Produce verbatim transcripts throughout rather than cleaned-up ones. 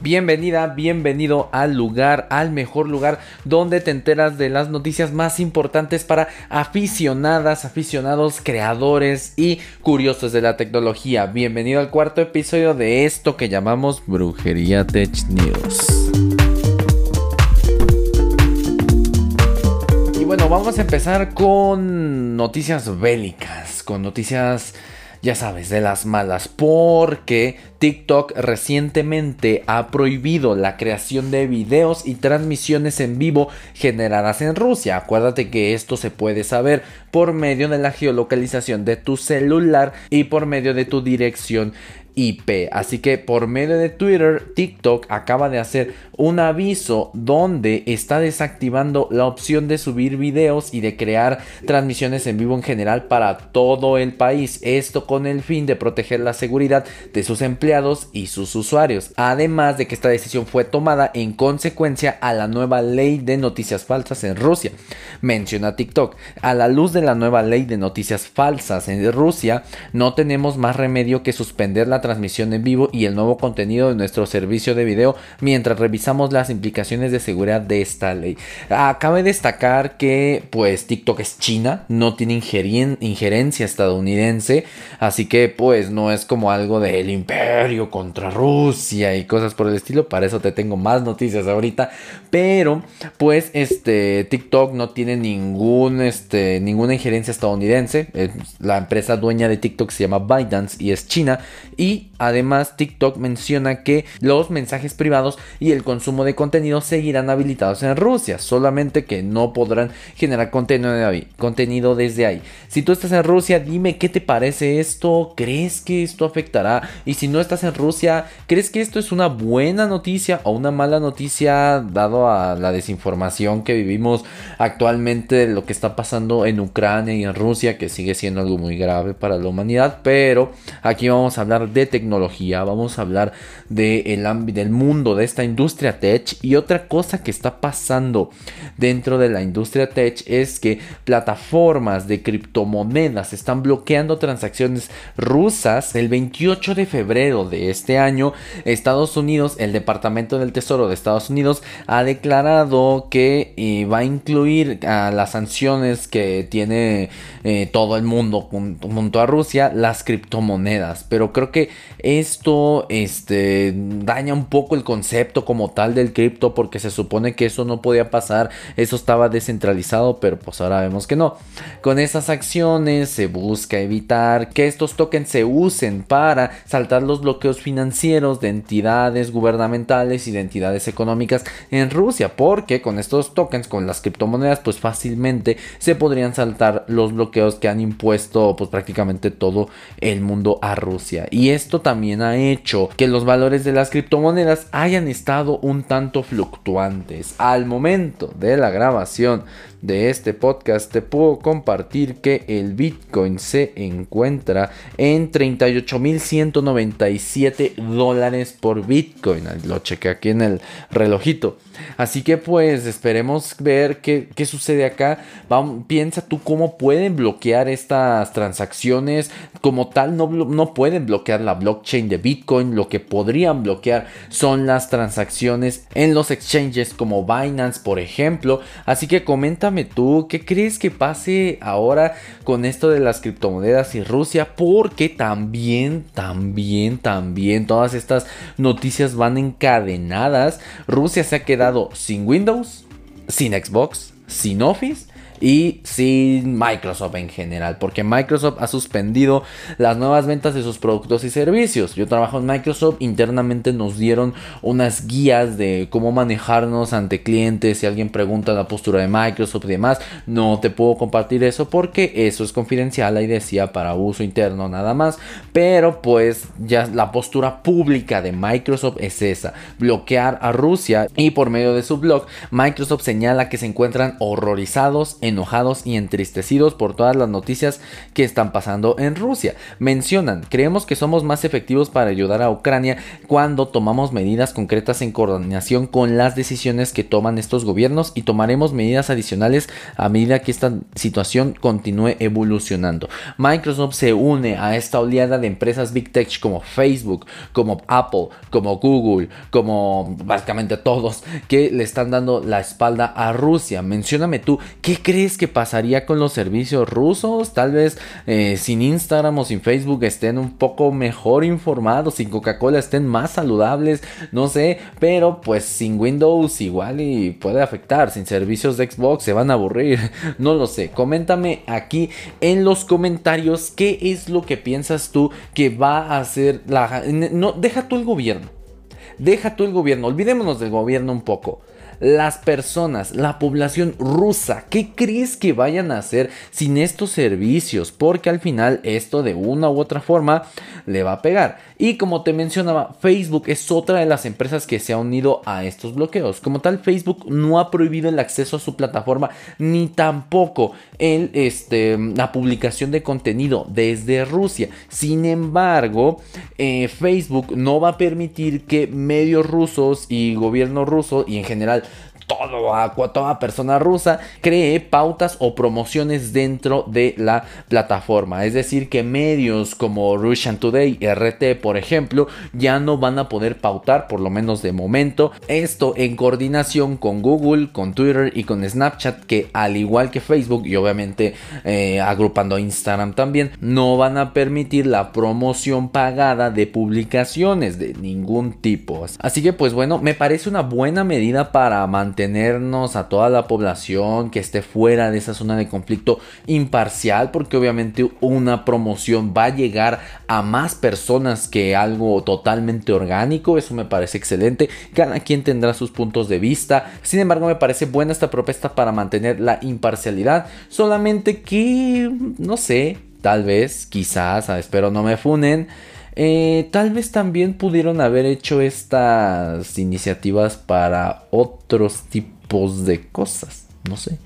Bienvenida, bienvenido al lugar, al mejor lugar donde te enteras de las noticias más importantes para aficionadas, aficionados, creadores y curiosos de la tecnología. Bienvenido al cuarto episodio de esto que llamamos Brujería Tech News. Y bueno, vamos a empezar con noticias bélicas, con noticias, ya sabes, de las malas, porque TikTok recientemente ha prohibido la creación de videos y transmisiones en vivo generadas en Rusia. Acuérdate que esto se puede saber por medio de la geolocalización de tu celular y por medio de tu dirección I P. Así que por medio de Twitter, TikTok acaba de hacer un aviso donde está desactivando la opción de subir videos y de crear transmisiones en vivo en general para todo el país. Esto con el fin de proteger la seguridad de sus empleados y sus usuarios. Además de que esta decisión fue tomada en consecuencia a la nueva ley de noticias falsas en Rusia. Menciona TikTok: a la luz de la nueva ley de noticias falsas en Rusia, no tenemos más remedio que suspender la transmisión en vivo y el nuevo contenido de nuestro servicio de video mientras revisamos las implicaciones de seguridad de esta ley. Cabe destacar que pues TikTok es China, no tiene ingerin- injerencia estadounidense, así que pues no es como algo del imperio contra Rusia y cosas por el estilo. Para eso te tengo más noticias ahorita, pero pues este TikTok no tiene ningún este ninguna injerencia estadounidense. La empresa dueña de TikTok se llama ByteDance y es China. Y además TikTok menciona que los mensajes privados y el consumo de contenido seguirán habilitados en Rusia, solamente que no podrán generar contenido, de ahí, contenido desde ahí. Si tú estás en Rusia, dime qué te parece esto. ¿Crees que esto afectará? Y si no estás en Rusia, ¿crees que esto es una buena noticia o una mala noticia dado a la desinformación que vivimos actualmente de lo que está pasando en Ucrania y en Rusia, que sigue siendo algo muy grave para la humanidad? Pero aquí vamos a hablar de tecnología, vamos a hablar del ámbito del mundo de esta industria tech. Y otra cosa que está pasando dentro de la industria tech es que plataformas de criptomonedas están bloqueando transacciones rusas. El veintiocho de febrero de este año, Estados Unidos, el Departamento del Tesoro de Estados Unidos ha declarado que eh, va a incluir a las sanciones que tiene eh, todo el mundo junto, junto a Rusia, las criptomonedas. Pero creo que esto este, daña un poco el concepto como tal del cripto, porque se supone que eso no podía pasar, eso estaba descentralizado, pero pues ahora vemos que no. Con esas acciones se busca evitar que estos tokens se usen para saltar los bloqueos financieros de entidades gubernamentales y de entidades económicas en Rusia, porque con estos tokens, con las criptomonedas, pues fácilmente se podrían saltar los bloqueos que han impuesto pues prácticamente todo el mundo a Rusia. Y esto también ha hecho que los valores de las criptomonedas hayan estado un tanto fluctuantes. Al momento de la grabación de este podcast te puedo compartir que el Bitcoin se encuentra en treinta y ocho mil ciento noventa y siete dólares por Bitcoin. Lo chequé aquí en el relojito. Así que pues esperemos ver qué, qué sucede acá. Vamos, piensa tú cómo pueden bloquear estas transacciones. Como tal no, no pueden bloquear la blockchain de Bitcoin. Lo que podrían bloquear son las transacciones en los exchanges como Binance, por ejemplo. Así que coméntame tú, ¿qué crees que pase ahora con esto de las criptomonedas y Rusia? Porque también, también, también todas estas noticias van encadenadas. Rusia se ha quedado sin Windows, sin Xbox, sin Office y sin Microsoft en general, porque Microsoft ha suspendido las nuevas ventas de sus productos y servicios. Yo trabajo en Microsoft, internamente nos dieron unas guías de cómo manejarnos ante clientes. Si alguien pregunta la postura de Microsoft y demás, no te puedo compartir eso porque eso es confidencial, ahí decía para uso interno nada más. Pero pues ya la postura pública de Microsoft es esa: bloquear a Rusia. Y por medio de su blog, Microsoft señala que se encuentran horrorizados enojados y entristecidos por todas las noticias que están pasando en Rusia. Mencionan, creemos que somos más efectivos para ayudar a Ucrania cuando tomamos medidas concretas en coordinación con las decisiones que toman estos gobiernos y tomaremos medidas adicionales a medida que esta situación continúe evolucionando. Microsoft se une a esta oleada de empresas Big Tech como Facebook, como Apple, como Google, como básicamente todos que le están dando la espalda a Rusia. Mencióname tú, ¿qué crees que pasaría con los servicios rusos? Tal vez eh, sin Instagram o sin Facebook estén un poco mejor informados, sin Coca-Cola estén más saludables, no sé, pero pues sin Windows igual y puede afectar, sin servicios de Xbox se van a aburrir, no lo sé. Coméntame aquí en los comentarios qué es lo que piensas tú que va a hacer la... No, deja tú el gobierno, deja tú el gobierno, olvidémonos del gobierno un poco. Las personas, la población rusa, ¿qué crees que vayan a hacer sin estos servicios? Porque al final esto de una u otra forma le va a pegar. Y como te mencionaba, Facebook es otra de las empresas que se ha unido a estos bloqueos. Como tal, Facebook no ha prohibido el acceso a su plataforma ni tampoco el, este, la publicación de contenido desde Rusia. Sin embargo, eh, Facebook no va a permitir que medios rusos y gobierno ruso y en general todo, a toda persona rusa cree pautas o promociones dentro de la plataforma. Es decir, que medios como Russian Today, R T por ejemplo, ya no van a poder pautar, por lo menos de momento. Esto en coordinación con Google, con Twitter y con Snapchat, que al igual que Facebook y obviamente eh, agrupando a Instagram también, no van a permitir la promoción pagada de publicaciones de ningún tipo. Así que pues bueno, me parece una buena medida para mantener Tenernos a toda la población que esté fuera de esa zona de conflicto imparcial, porque obviamente una promoción va a llegar a más personas que algo totalmente orgánico. Eso me parece excelente, cada quien tendrá sus puntos de vista. Sin embargo, me parece buena esta propuesta para mantener la imparcialidad, solamente que no sé, tal vez, quizás, espero no me funen, Eh, tal vez también pudieron haber hecho estas iniciativas para otros tipos de cosas. No sé,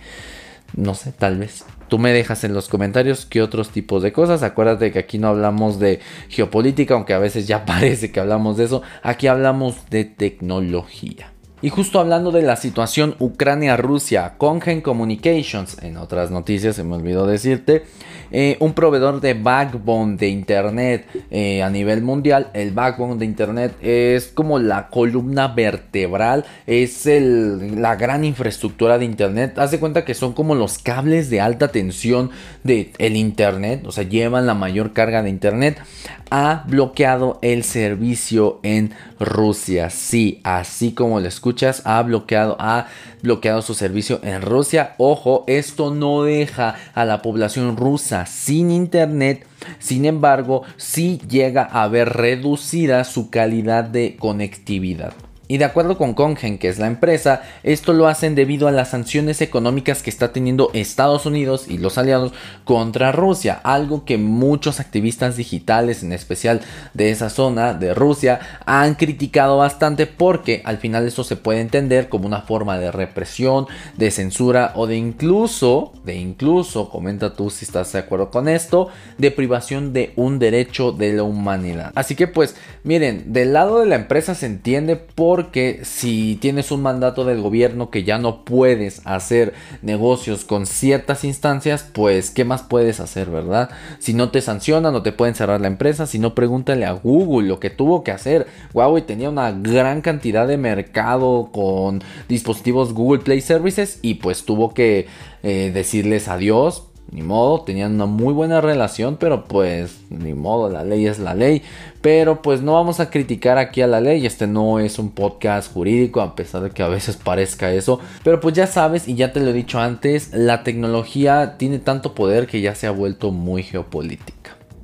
no sé, tal vez. Tú me dejas en los comentarios qué otros tipos de cosas. Acuérdate que aquí no hablamos de geopolítica, aunque a veces ya parece que hablamos de eso. Aquí hablamos de tecnología. Y justo hablando de la situación Ucrania-Rusia, Congen Communications, en otras noticias se me olvidó decirte, eh, un proveedor de backbone de internet eh, a nivel mundial. El backbone de internet es como la columna vertebral, es el, la gran infraestructura de internet. Haz de cuenta que son como los cables de alta tensión del internet, o sea, llevan la mayor carga de internet. Ha bloqueado el servicio en Rusia. Sí, así como lo escuchas, ha bloqueado, ha bloqueado su servicio en Rusia. Ojo, esto no deja a la población rusa sin internet. Sin embargo, sí llega a ver reducida su calidad de conectividad. Y de acuerdo con Congen, que es la empresa, esto lo hacen debido a las sanciones económicas que está teniendo Estados Unidos y los aliados contra Rusia. Algo que muchos activistas digitales, en especial de esa zona de Rusia, han criticado bastante, porque al final esto se puede entender como una forma de represión, de censura o de incluso, de incluso, comenta tú si estás de acuerdo con esto, de privación de un derecho de la humanidad. Así que pues miren, del lado de la empresa se entiende, por Porque si tienes un mandato del gobierno que ya no puedes hacer negocios con ciertas instancias, pues ¿qué más puedes hacer, verdad? Si no te sancionan o te pueden cerrar la empresa, si no, pregúntale a Google lo que tuvo que hacer. Huawei tenía una gran cantidad de mercado con dispositivos Google Play Services y pues tuvo que eh, decirles adiós. Ni modo, tenían una muy buena relación, pero pues ni modo, la ley es la ley. Pero pues no vamos a criticar aquí a la ley, este no es un podcast jurídico, a pesar de que a veces parezca eso. Pero pues ya sabes, y ya te lo he dicho antes, la tecnología tiene tanto poder que ya se ha vuelto muy geopolítica.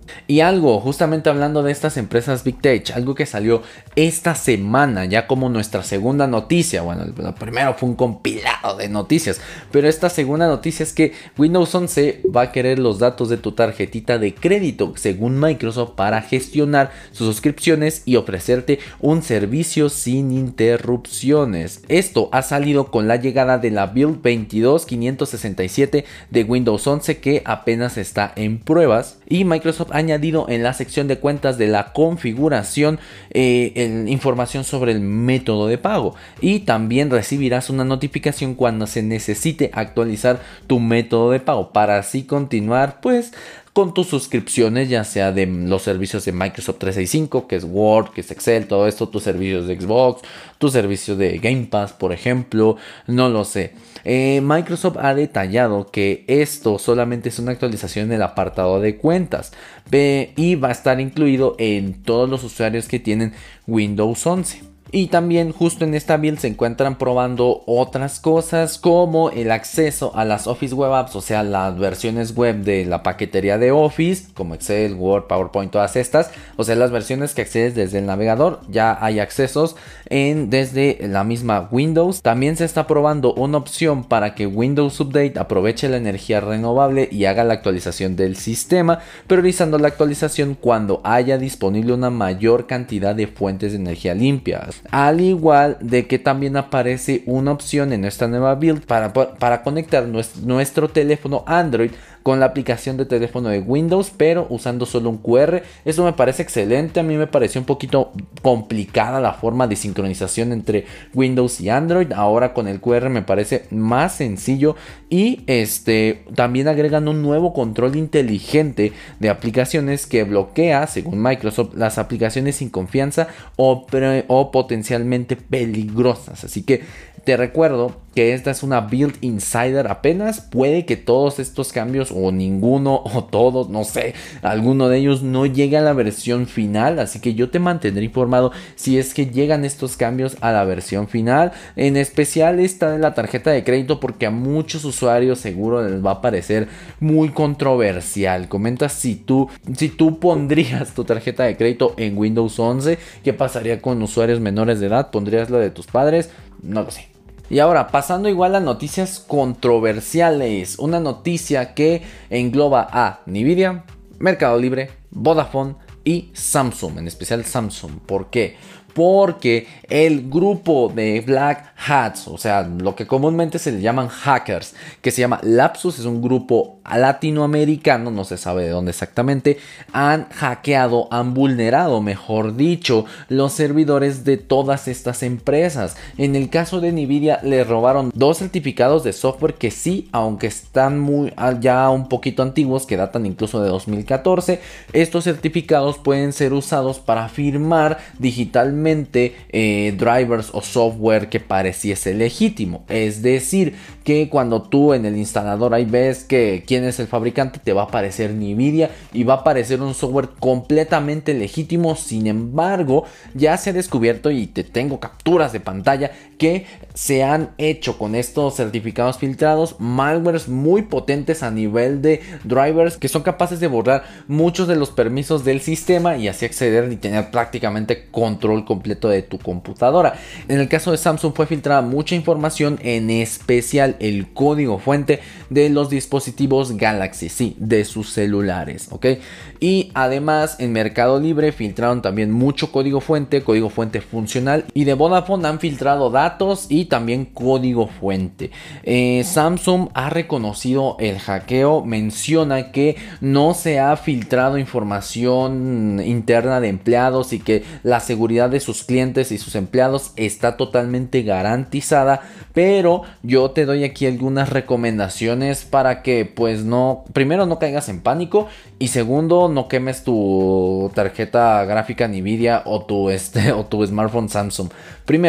Y algo, justamente hablando de estas empresas Big Tech, algo que salió esta semana, ya como nuestra segunda noticia. Bueno, lo primero fue un compilado de noticias, pero esta segunda noticia es que Windows once va a querer los datos de tu tarjetita de crédito, según Microsoft, para gestionar sus suscripciones y ofrecerte un servicio sin interrupciones. Esto ha salido con la llegada de la Build veintidós quinientos sesenta y siete de Windows once, que apenas está en pruebas, y Microsoft ha añadido en la sección de cuentas de la configuración eh, en información sobre el método de pago, y también recibirás una notificación cuando se necesite actualizar tu método de pago para así continuar pues con tus suscripciones, ya sea de los servicios de Microsoft trescientos sesenta y cinco, que es Word, que es Excel, todo esto, tus servicios de Xbox, tus servicios de Game Pass, por ejemplo, no lo sé. Eh, Microsoft ha detallado que esto solamente es una actualización en el apartado de cuentas eh, y va a estar incluido en todos los usuarios que tienen Windows once. Y también justo en esta build se encuentran probando otras cosas como el acceso a las Office Web Apps, o sea, las versiones web de la paquetería de Office, como Excel, Word, PowerPoint, todas estas. O sea, las versiones que accedes desde el navegador, ya hay accesos en, desde la misma Windows. También se está probando una opción para que Windows Update aproveche la energía renovable y haga la actualización del sistema, priorizando la actualización cuando haya disponible una mayor cantidad de fuentes de energía limpias. Al igual de que también aparece una opción en esta nueva build para, para conectar nuestro, nuestro teléfono Android con la aplicación de teléfono de Windows, pero usando solo un Q R. Eso me parece excelente. A mí me pareció un poquito complicada la forma de sincronización entre Windows y Android. Ahora con el Q R me parece más sencillo, y este también agregan un nuevo control inteligente de aplicaciones que bloquea, según Microsoft, las aplicaciones sin confianza o, pre, o potencialmente peligrosas. Así que te recuerdo que esta es una build insider apenas. Puede que todos estos cambios, o ninguno, o todos, no sé, alguno de ellos no llegue a la versión final. Así que yo te mantendré informado si es que llegan estos cambios a la versión final. En especial esta de la tarjeta de crédito, porque a muchos usuarios seguro les va a parecer muy controversial. Comenta si tú, si tú pondrías tu tarjeta de crédito en Windows once. ¿Qué pasaría con usuarios menores de edad? ¿Pondrías la de tus padres? No lo sé. Y ahora, pasando igual a noticias controversiales. Una noticia que engloba a Nvidia, Mercado Libre, Vodafone y Samsung. En especial Samsung. ¿Por qué? Porque el grupo de Black Hats, o sea, lo que comúnmente se le llaman hackers, que se llama Lapsus, es un grupo latinoamericano, no se sabe de dónde exactamente, han hackeado, han vulnerado, mejor dicho, los servidores de todas estas empresas. En el caso de Nvidia, le robaron dos certificados de software que sí, aunque están muy ya un poquito antiguos, que datan incluso de dos mil catorce, estos certificados pueden ser usados para firmar digitalmente Eh, drivers o software que pareciese legítimo. Es decir, que cuando tú en el instalador ahí ves que quién es el fabricante, te va a aparecer Nvidia y va a aparecer un software completamente legítimo. Sin embargo, ya se ha descubierto, y te tengo capturas de pantalla, que se han hecho con estos certificados filtrados malwares muy potentes a nivel de drivers, que son capaces de borrar muchos de los permisos del sistema y así acceder y tener prácticamente control completo de tu computadora. En el caso de Samsung fue filtrada mucha información, en especial el código fuente de los dispositivos Galaxy, sí, de sus celulares, ¿ok? Y además en Mercado Libre filtraron también mucho código fuente, código fuente funcional, y de Vodafone han filtrado datos y también código fuente. Eh, Samsung ha reconocido el hackeo, menciona que no se ha filtrado información interna de empleados y que la seguridad de sus clientes y sus empleados está totalmente garantizada, pero yo te doy aquí algunas recomendaciones para que pues no, primero no caigas en pánico, y segundo no quemes tu tarjeta gráfica Nvidia o tu, este, o tu smartphone Samsung. Primero,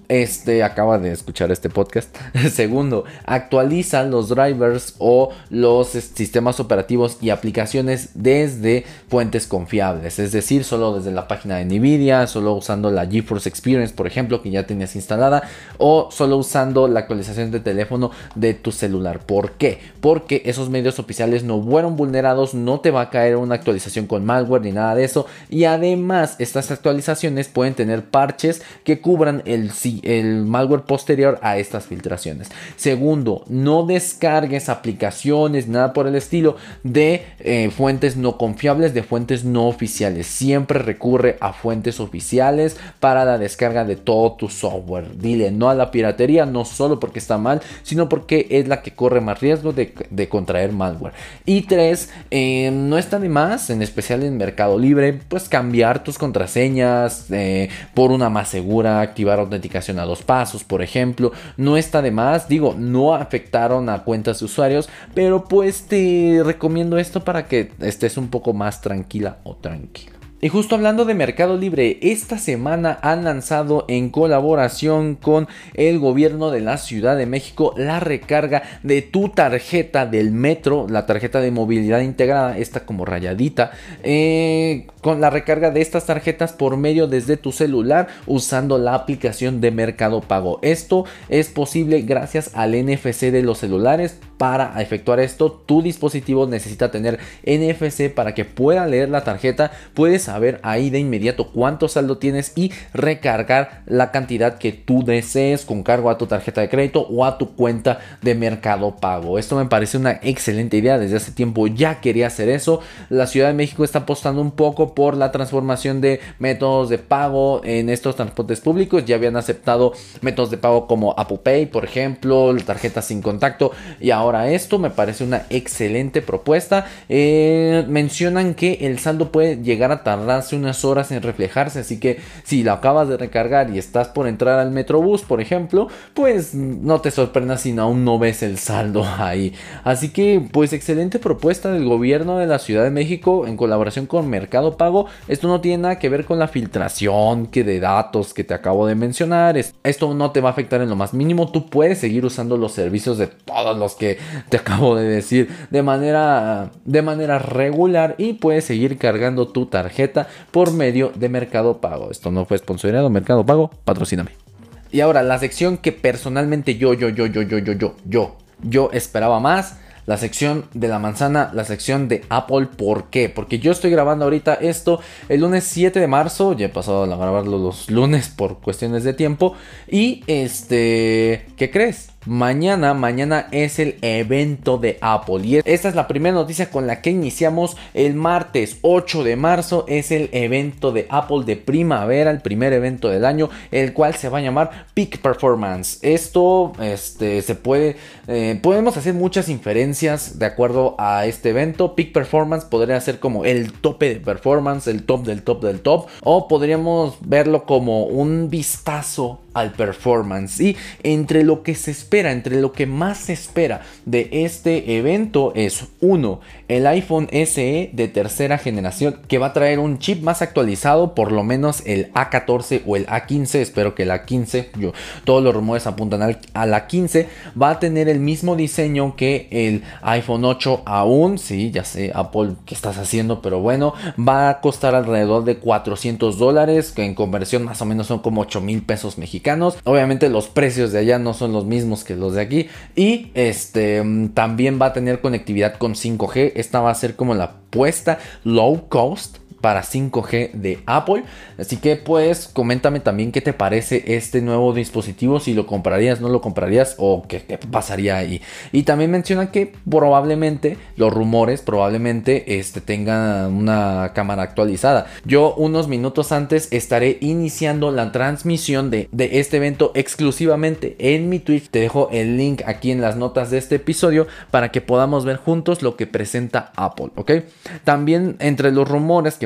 este acaba de escuchar este podcast. Segundo, actualiza los drivers o los sistemas operativos y aplicaciones desde fuentes confiables, es decir, solo desde la página de Nvidia, solo usando la GeForce Experience, por ejemplo, que ya tenías instalada, o solo usando la actualización de teléfono de tu celular. ¿Por qué? Porque esos medios oficiales no fueron vulnerados, no te va a caer una actualización con malware ni nada de eso, y además estas actualizaciones pueden tener parches que cubran el, el malware posterior a estas filtraciones. Segundo, no descargues aplicaciones, nada por el estilo, de eh, fuentes no confiables, de fuentes no oficiales. Siempre recurre a fuentes oficiales para la descarga de todo tu software. Dile no a la piratería, no solo porque está mal, sino porque es la que corre más riesgo de, de contraer malware. Y tres, eh, no está de más, en especial en Mercado Libre, pues cambiar tus contraseñas eh, por una más segura, activar autenticación a dos pasos, por ejemplo. No está de más, digo, no afectaron a cuentas de usuarios, pero pues te recomiendo esto para que estés un poco más tranquila o tranquilo. Y justo hablando de Mercado Libre, esta semana han lanzado en colaboración con el gobierno de la Ciudad de México la recarga de tu tarjeta del metro, la tarjeta de movilidad integrada, esta como rayadita, eh, con la recarga de estas tarjetas por medio desde tu celular usando la aplicación de Mercado Pago. Esto es posible gracias al N F C de los celulares. Para efectuar esto, tu dispositivo necesita tener N F C para que pueda leer la tarjeta. Puedes saber ahí de inmediato cuánto saldo tienes y recargar la cantidad que tú desees con cargo a tu tarjeta de crédito o a tu cuenta de Mercado Pago. Esto me parece una excelente idea. Desde hace tiempo ya quería hacer eso. La Ciudad de México está apostando un poco por la transformación de métodos de pago en estos transportes públicos. Ya habían aceptado métodos de pago como Apple Pay, por ejemplo, tarjetas sin contacto, y ahora Ahora esto me parece una excelente propuesta. Eh, mencionan que el saldo puede llegar a tardarse unas horas en reflejarse, así que si lo acabas de recargar y estás por entrar al Metrobús, por ejemplo, pues no te sorprendas si aún no ves el saldo ahí. Así que pues excelente propuesta del gobierno de la Ciudad de México en colaboración con Mercado Pago. Esto no tiene nada que ver con la filtración que de datos que te acabo de mencionar. Esto no te va a afectar en lo más mínimo. Tú puedes seguir usando los servicios de todos los que te acabo de decir de manera, de manera regular, y puedes seguir cargando tu tarjeta por medio de Mercado Pago. Esto no fue sponsoreado. Mercado Pago, patrocíname. Y ahora la sección que personalmente yo, yo, yo, yo, yo, yo, yo, yo, yo esperaba más. La sección de la manzana, la sección de Apple. ¿Por qué? Porque yo estoy grabando ahorita esto el lunes siete de marzo. Ya he pasado a grabarlo los lunes por cuestiones de tiempo. Y este, ¿qué crees? Mañana, mañana es el evento de Apple, y esta es la primera noticia con la que iniciamos. El martes ocho de marzo es el evento de Apple de primavera, el primer evento del año, el cual se va a llamar Peak Performance. Esto este, se puede, eh, podemos hacer muchas inferencias de acuerdo a este evento. Peak Performance podría ser como el tope de performance, el top del top del top, o podríamos verlo como un vistazo al performance. Y entre lo que se espera, entre lo que más se espera de este evento es uno, el iPhone S E de tercera generación, que va a traer un chip más actualizado, por lo menos el A catorce o el A quince. Espero que el A quince, yo, todos los rumores apuntan al, al A quince. Va a tener el mismo diseño que el iPhone ocho aún. Sí, ya sé, Apple, ¿qué estás haciendo? Pero bueno, va a costar alrededor de cuatrocientos dólares, que en conversión más o menos son como ocho mil pesos mexicanos. Obviamente los precios de allá no son los mismos que los de aquí. Y este también va a tener conectividad con cinco G. Esta va a ser como la apuesta low cost para cinco G de Apple. Así que pues coméntame también qué te parece este nuevo dispositivo, si lo comprarías, no lo comprarías, o qué, qué pasaría ahí. Y también menciona que probablemente los rumores probablemente este, tengan una cámara actualizada. Yo unos minutos antes estaré iniciando la transmisión de, de este evento exclusivamente en mi Twitch. Te dejo el link aquí en las notas de este episodio para que podamos ver juntos lo que presenta Apple, ¿ok? También entre los rumores que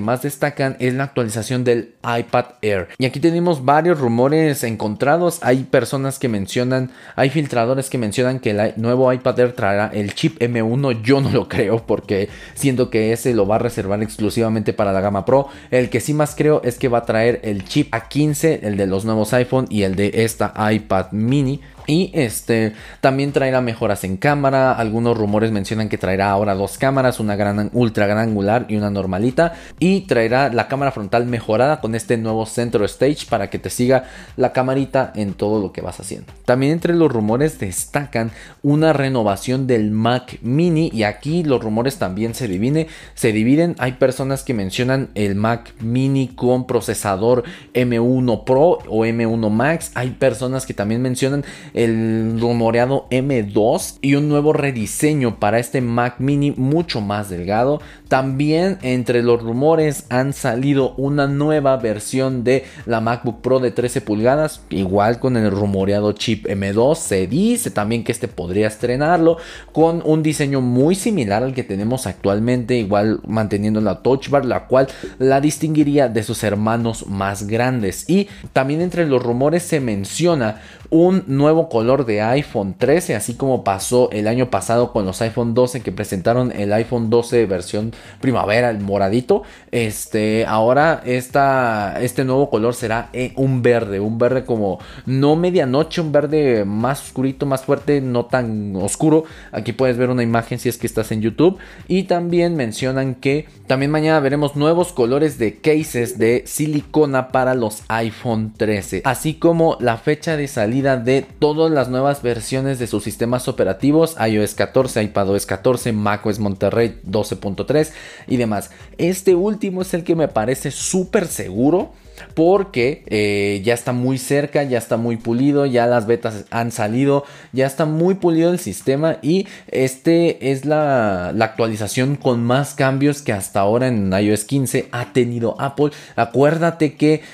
más destacan es la actualización del iPad Air. Y aquí tenemos varios rumores encontrados. Hay personas que mencionan, hay filtradores que mencionan que el nuevo iPad Air traerá el chip M uno. Yo no lo creo porque siento que ese lo va a reservar exclusivamente para la gama Pro. El que sí más creo es que va a traer el chip A quince, el de los nuevos iPhone y el de esta iPad mini. Y este también traerá mejoras en cámara. Algunos rumores mencionan que traerá ahora dos cámaras, una gran ultra gran angular y una normalita, y traerá la cámara frontal mejorada con este nuevo Center Stage para que te siga la camarita en todo lo que vas haciendo. También entre los rumores destacan una renovación del Mac Mini, y aquí los rumores también se dividen, se dividen. Hay personas que mencionan el Mac Mini con procesador M uno Pro o M uno Max. Hay personas que también mencionan el rumoreado M dos y un nuevo rediseño para este Mac Mini mucho más delgado. También entre los rumores han salido una nueva versión de la MacBook Pro de trece pulgadas, igual con el rumoreado chip M dos. Se dice también que este podría estrenarlo con un diseño muy similar al que tenemos actualmente, igual manteniendo la Touch Bar, la cual la distinguiría de sus hermanos más grandes. Y también entre los rumores se menciona un nuevo color de iPhone trece, así como pasó el año pasado con los iPhone doce, que presentaron el iPhone doce versión primavera, el moradito. Este, ahora esta, este nuevo color será un verde, un verde como no medianoche, un verde más oscurito, más fuerte, no tan oscuro. Aquí puedes ver una imagen si es que estás en YouTube. Y también mencionan que también mañana veremos nuevos colores de cases de silicona para los iPhone trece, así como la fecha de salida de todas las nuevas versiones de sus sistemas operativos: iOS catorce, iPadOS catorce, macOS Monterrey doce punto tres y demás. Este último es el que me parece súper seguro, porque eh, ya está muy cerca, ya está muy pulido, ya las betas han salido, ya está muy pulido el sistema, y este es la, la actualización con más cambios que hasta ahora en iOS quince ha tenido Apple. Acuérdate que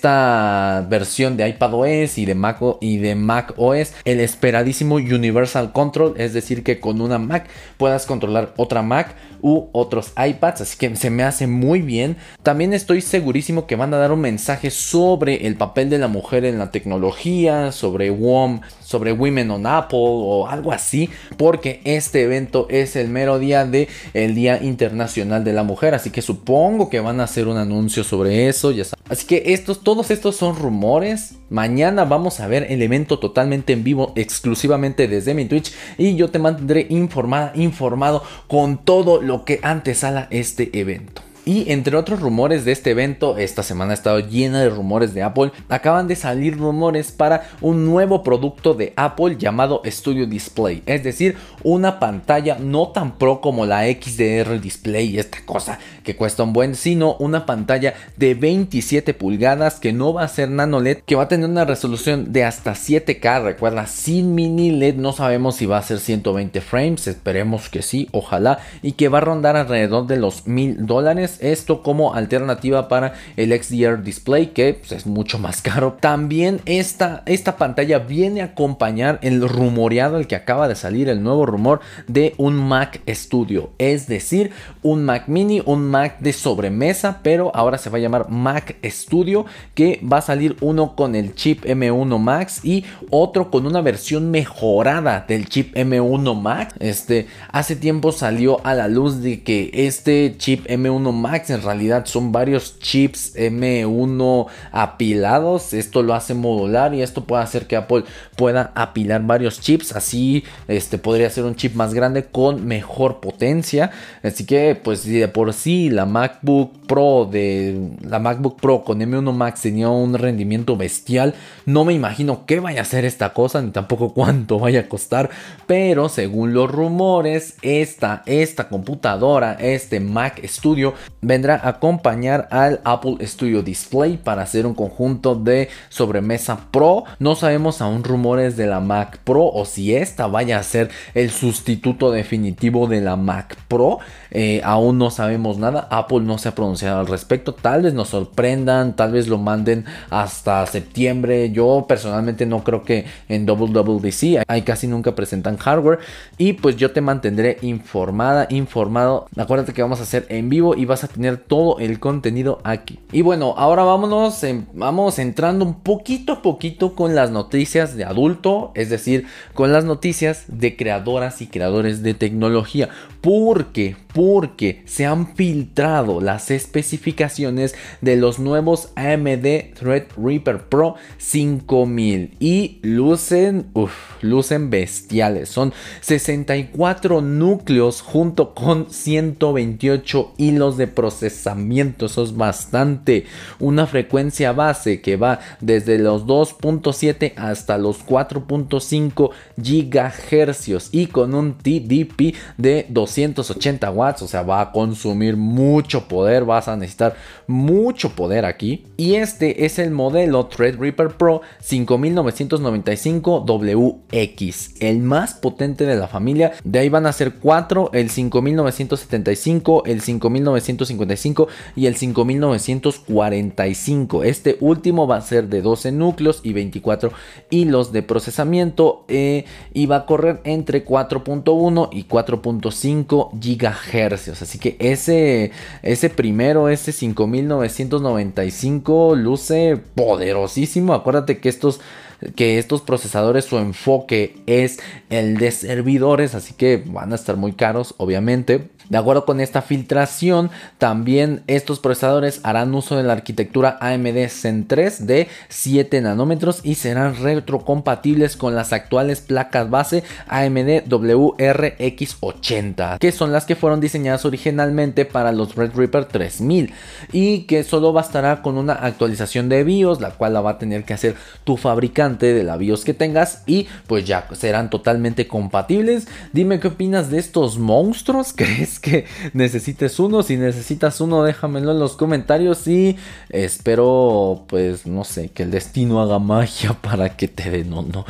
esta versión de iPadOS y de Mac y de macOS, el esperadísimo Universal Control, es decir, que con una Mac puedas controlar otra Mac u otros iPads, así que se me hace muy bien. También estoy segurísimo que van a dar un mensaje sobre el papel de la mujer en la tecnología, sobre W O M, sobre Women on Apple o algo así, porque este evento es el mero día de el Día Internacional de la Mujer, así que supongo que van a hacer un anuncio sobre eso, ya sabes. Así que estos, todos estos son rumores. Mañana vamos a ver el evento totalmente en vivo, exclusivamente desde mi Twitch, y yo te mantendré informada, informado con todo lo que antesala este evento. Y entre otros rumores de este evento, esta semana ha estado llena de rumores de Apple. Acaban de salir rumores para un nuevo producto de Apple llamado Studio Display, es decir, una pantalla no tan pro como la X D R Display y esta cosa que cuesta un buen, sino una pantalla de veintisiete pulgadas que no va a ser nano L E D, que va a tener una resolución de hasta siete K, recuerda, sin mini L E D. No sabemos si va a ser ciento veinte frames, esperemos que sí, ojalá, y que va a rondar alrededor de los mil dólares. Esto como alternativa para el X D R Display, que pues, es mucho más caro. También esta, esta pantalla viene a acompañar el rumoreado, el que acaba de salir, el nuevo rumor de un Mac Studio, es decir, un Mac Mini, un Mac de sobremesa, pero ahora se va a llamar Mac Studio, que va a salir uno con el chip M uno Max y otro con una versión mejorada del chip M uno Max. Este, hace tiempo salió a la luz de que este chip M uno Max en realidad son varios chips M uno apilados. Esto lo hace modular y esto puede hacer que Apple pueda apilar varios chips, así este podría ser un chip más grande con mejor potencia. Así que pues si de por sí la MacBook Pro de la MacBook Pro con M uno Max tenía un rendimiento bestial, no me imagino qué vaya a hacer esta cosa, ni tampoco cuánto vaya a costar, pero según los rumores, esta, esta computadora, este Mac Studio, vendrá a acompañar al Apple Studio Display para hacer un conjunto de sobremesa Pro. No sabemos aún rumores de la Mac Pro o si esta vaya a ser el sustituto definitivo de la Mac Pro. Eh, aún no sabemos nada. Apple no se ha pronunciado al respecto. Tal vez nos sorprendan, tal vez lo manden hasta septiembre. Yo personalmente no creo que en W W D C, ahí casi nunca presentan hardware. Y pues yo te mantendré informada, informado. Acuérdate que vamos a hacer en vivo y va a vas a tener todo el contenido aquí. Y bueno, ahora vámonos, en, vamos entrando un poquito a poquito con las noticias de adulto, es decir, con las noticias de creadoras y creadores de tecnología. ¿Por qué? Porque se han filtrado las especificaciones de los nuevos A M D Threadripper Pro cinco mil y lucen, uf, lucen bestiales. Son sesenta y cuatro núcleos junto con ciento veintiocho hilos de procesamiento. Eso es bastante. Una frecuencia base que va desde los dos punto siete hasta los cuatro punto cinco gigahercios y con un T D P de doscientos ochenta watts. O sea, va a consumir mucho poder. Vas a necesitar mucho poder aquí. Y este es el modelo Threadripper Pro cinco mil novecientos noventa y cinco W X, el más potente de la familia. De ahí van a ser cuatro: el cinco mil novecientos setenta y cinco, el cinco mil novecientos cincuenta y cinco y el cinco mil novecientos cuarenta y cinco. Este último va a ser de doce núcleos y veinticuatro hilos de procesamiento, eh, y va a correr entre cuatro punto uno y cuatro punto cinco gigahercios. Así que ese, ese primero, ese cinco mil novecientos noventa y cinco, luce poderosísimo. Acuérdate que estos que estos procesadores, su enfoque es el de servidores, así que van a estar muy caros, obviamente. De acuerdo con esta filtración, también estos procesadores harán uso de la arquitectura A M D Zen tres de siete nanómetros y serán retrocompatibles con las actuales placas base A M D W R X ochenta, que son las que fueron diseñadas originalmente para los Threadripper tres mil y que solo bastará con una actualización de BIOS, la cual la va a tener que hacer tu fabricante de la BIOS que tengas, y pues ya serán totalmente compatibles. Dime qué opinas de estos monstruos. ¿Crees que necesites uno? Si necesitas uno, déjamelo en los comentarios y espero, pues no sé, que el destino haga magia para que te den uno.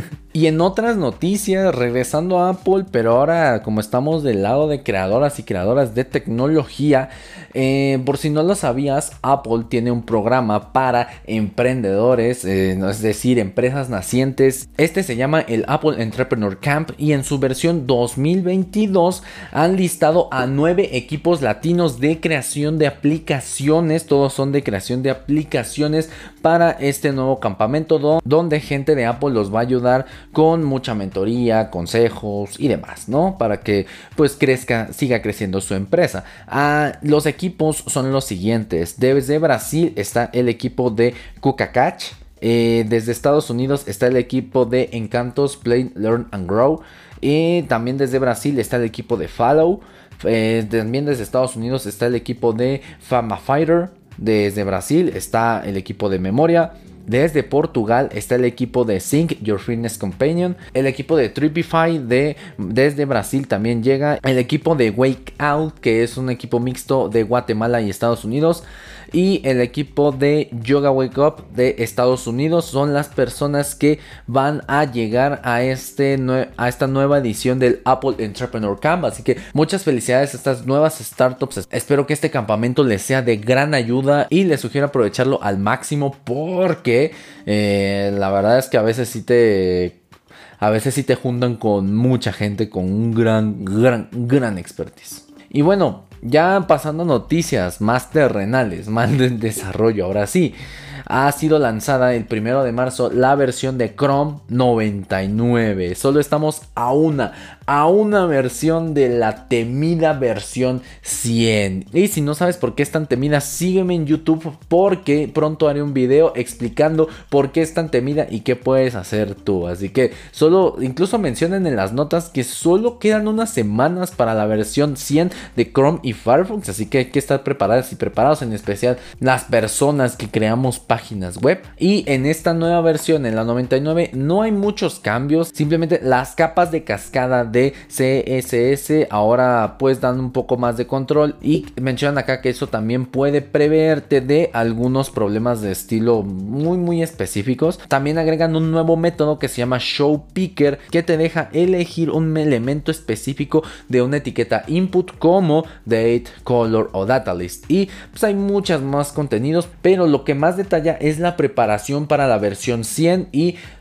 Y en otras noticias, regresando a Apple, pero ahora como estamos del lado de creadoras y creadoras de tecnología, eh, por si no lo sabías, Apple tiene un programa para emprendedores, eh, es decir, empresas nacientes. Este se llama el Apple Entrepreneur Camp y en su versión dos mil veintidós han listado a nueve equipos latinos de creación de aplicaciones. Todos son de creación de aplicaciones para este nuevo campamento donde gente de Apple los va a ayudar con mucha mentoría, consejos y demás, ¿no? Para que pues crezca, siga creciendo su empresa. Ah, los equipos son los siguientes. Desde Brasil está el equipo de Cucacach. Eh, desde Estados Unidos está el equipo de Encantos Play, Learn and Grow. Y también desde Brasil está el equipo de Follow. Eh, también desde Estados Unidos está el equipo de Fama Fighter. Desde Brasil está el equipo de Memoria. Desde Portugal está el equipo de Sync Your Fitness Companion. El equipo de Tripify de, desde Brasil también llega. El equipo de Wake Out, que es un equipo mixto de Guatemala y Estados Unidos. Y el equipo de Yoga Wake Up de Estados Unidos son las personas que van a llegar a, este, a esta nueva edición del Apple Entrepreneur Camp. Así que muchas felicidades a estas nuevas startups. Espero que este campamento les sea de gran ayuda y les sugiero aprovecharlo al máximo, porque eh, la verdad es que a veces sí te... A veces sí te juntan con mucha gente con un gran, gran, gran expertise. Y bueno, ya pasando a noticias más terrenales, más de desarrollo, ahora sí. Ha sido lanzada el primero de marzo la versión de Chrome noventa y nueve. Solo estamos a una, a una versión de la temida versión cien. Y si no sabes por qué es tan temida, sígueme en YouTube, porque pronto haré un video explicando por qué es tan temida y qué puedes hacer tú. Así que solo, incluso mencionen en las notas que solo quedan unas semanas para la versión cien de Chrome y Firefox. Así que hay que estar preparadas y preparados, en especial las personas que creamos páginas web. Y en esta nueva versión, en la noventa y nueve, no hay muchos cambios. Simplemente las capas de cascada de C S S ahora pues dan un poco más de control, y mencionan acá que eso también puede preveerte de algunos problemas de estilo muy muy específicos. También agregan un nuevo método que se llama Show Picker, que te deja elegir un elemento específico de una etiqueta input como date, color o data list. Y pues hay muchas más contenidos, pero lo que más detalla es la preparación para la versión cien. Y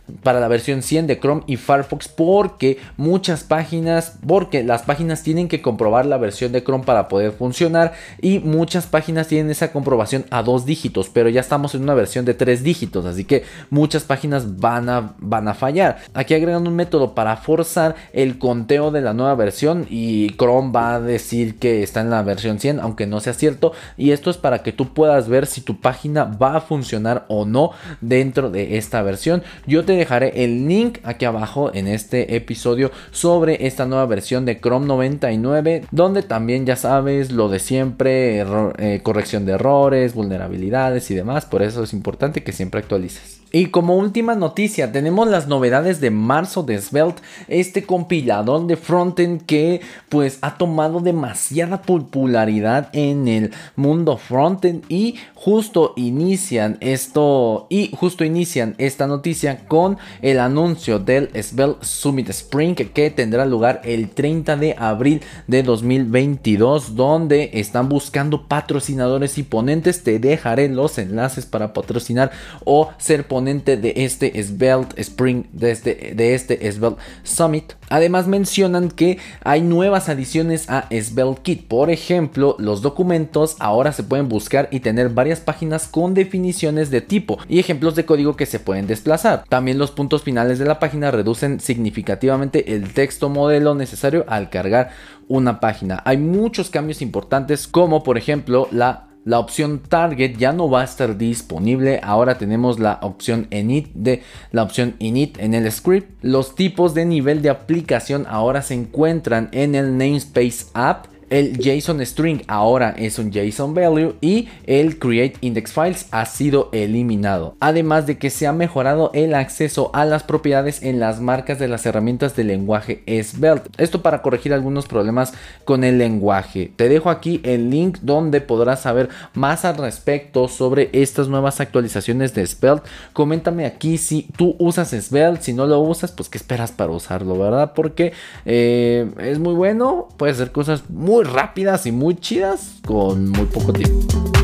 para la versión cien de Chrome y Firefox, porque muchas páginas, porque las páginas tienen que comprobar la versión de Chrome para poder funcionar, y muchas páginas tienen esa comprobación a dos dígitos, pero ya estamos en una versión de tres dígitos, así que muchas páginas van a, van a fallar. Aquí agregan un método para forzar el conteo de la nueva versión y Chrome va a decir que está en la versión cien, aunque no sea cierto, y esto es para que tú puedas ver si tu página va a funcionar o no dentro de esta versión. Yo te dejaré el link aquí abajo en este episodio sobre esta nueva versión de Chrome noventa y nueve, donde también ya sabes lo de siempre, error, eh, corrección de errores, vulnerabilidades y demás. Por eso es importante que siempre actualices. Y como última noticia, tenemos las novedades de marzo de Svelte, este compilador de frontend que pues ha tomado demasiada popularidad en el mundo frontend, y justo inician esto y justo inician esta noticia con el anuncio del Svelte Summit Spring, que tendrá lugar el treinta de abril de dos mil veintidós, donde están buscando patrocinadores y ponentes. Te dejaré los enlaces para patrocinar o ser ponente de este Svelte Spring, de este, de este Svelte Summit. Además mencionan que hay nuevas adiciones a SvelteKit. Por ejemplo, los documentos ahora se pueden buscar y tener varias páginas con definiciones de tipo y ejemplos de código que se pueden desplazar. También los puntos finales de la página reducen significativamente el texto modelo necesario al cargar una página. Hay muchos cambios importantes, como por ejemplo la La opción Target ya no va a estar disponible. Ahora tenemos la opción init de la opción init en el script. Los tipos de nivel de aplicación ahora se encuentran en el namespace app. El JSON string ahora es un JSON value, y el create index files ha sido eliminado. Además de que se ha mejorado el acceso a las propiedades en las marcas de las herramientas del lenguaje Svelte. Esto para corregir algunos problemas con el lenguaje. Te dejo aquí el link donde podrás saber más al respecto sobre estas nuevas actualizaciones de Svelte. Coméntame aquí si tú usas Svelte. Si no lo usas, pues qué esperas para usarlo, ¿verdad? Porque eh, es muy bueno, puede hacer cosas muy muy rápidas y muy chidas con muy poco tiempo.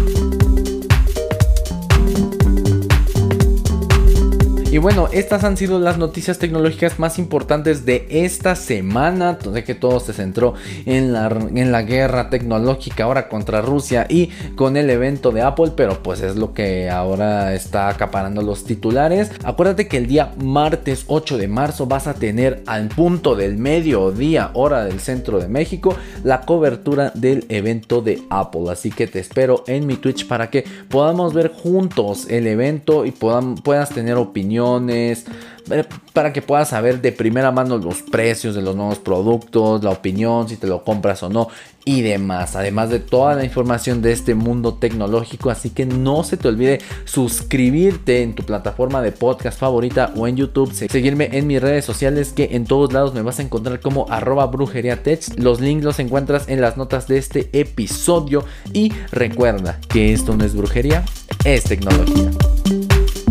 Y bueno, estas han sido las noticias tecnológicas más importantes de esta semana. Sé que todo se centró en la, en la guerra tecnológica ahora contra Rusia y con el evento de Apple, pero pues es lo que ahora está acaparando los titulares. Acuérdate que el día martes ocho de marzo vas a tener al punto del mediodía, hora del centro de México, la cobertura del evento de Apple. Así que te espero en mi Twitch para que podamos ver juntos el evento y podam, puedas tener opinión, para que puedas saber de primera mano los precios de los nuevos productos, la opinión, si te lo compras o no y demás, además de toda la información de este mundo tecnológico. Así que no se te olvide suscribirte en tu plataforma de podcast favorita o en YouTube, seguirme en mis redes sociales, que en todos lados me vas a encontrar como arroba brujeriatech. Los links los encuentras en las notas de este episodio, y recuerda que esto no es brujería, es tecnología.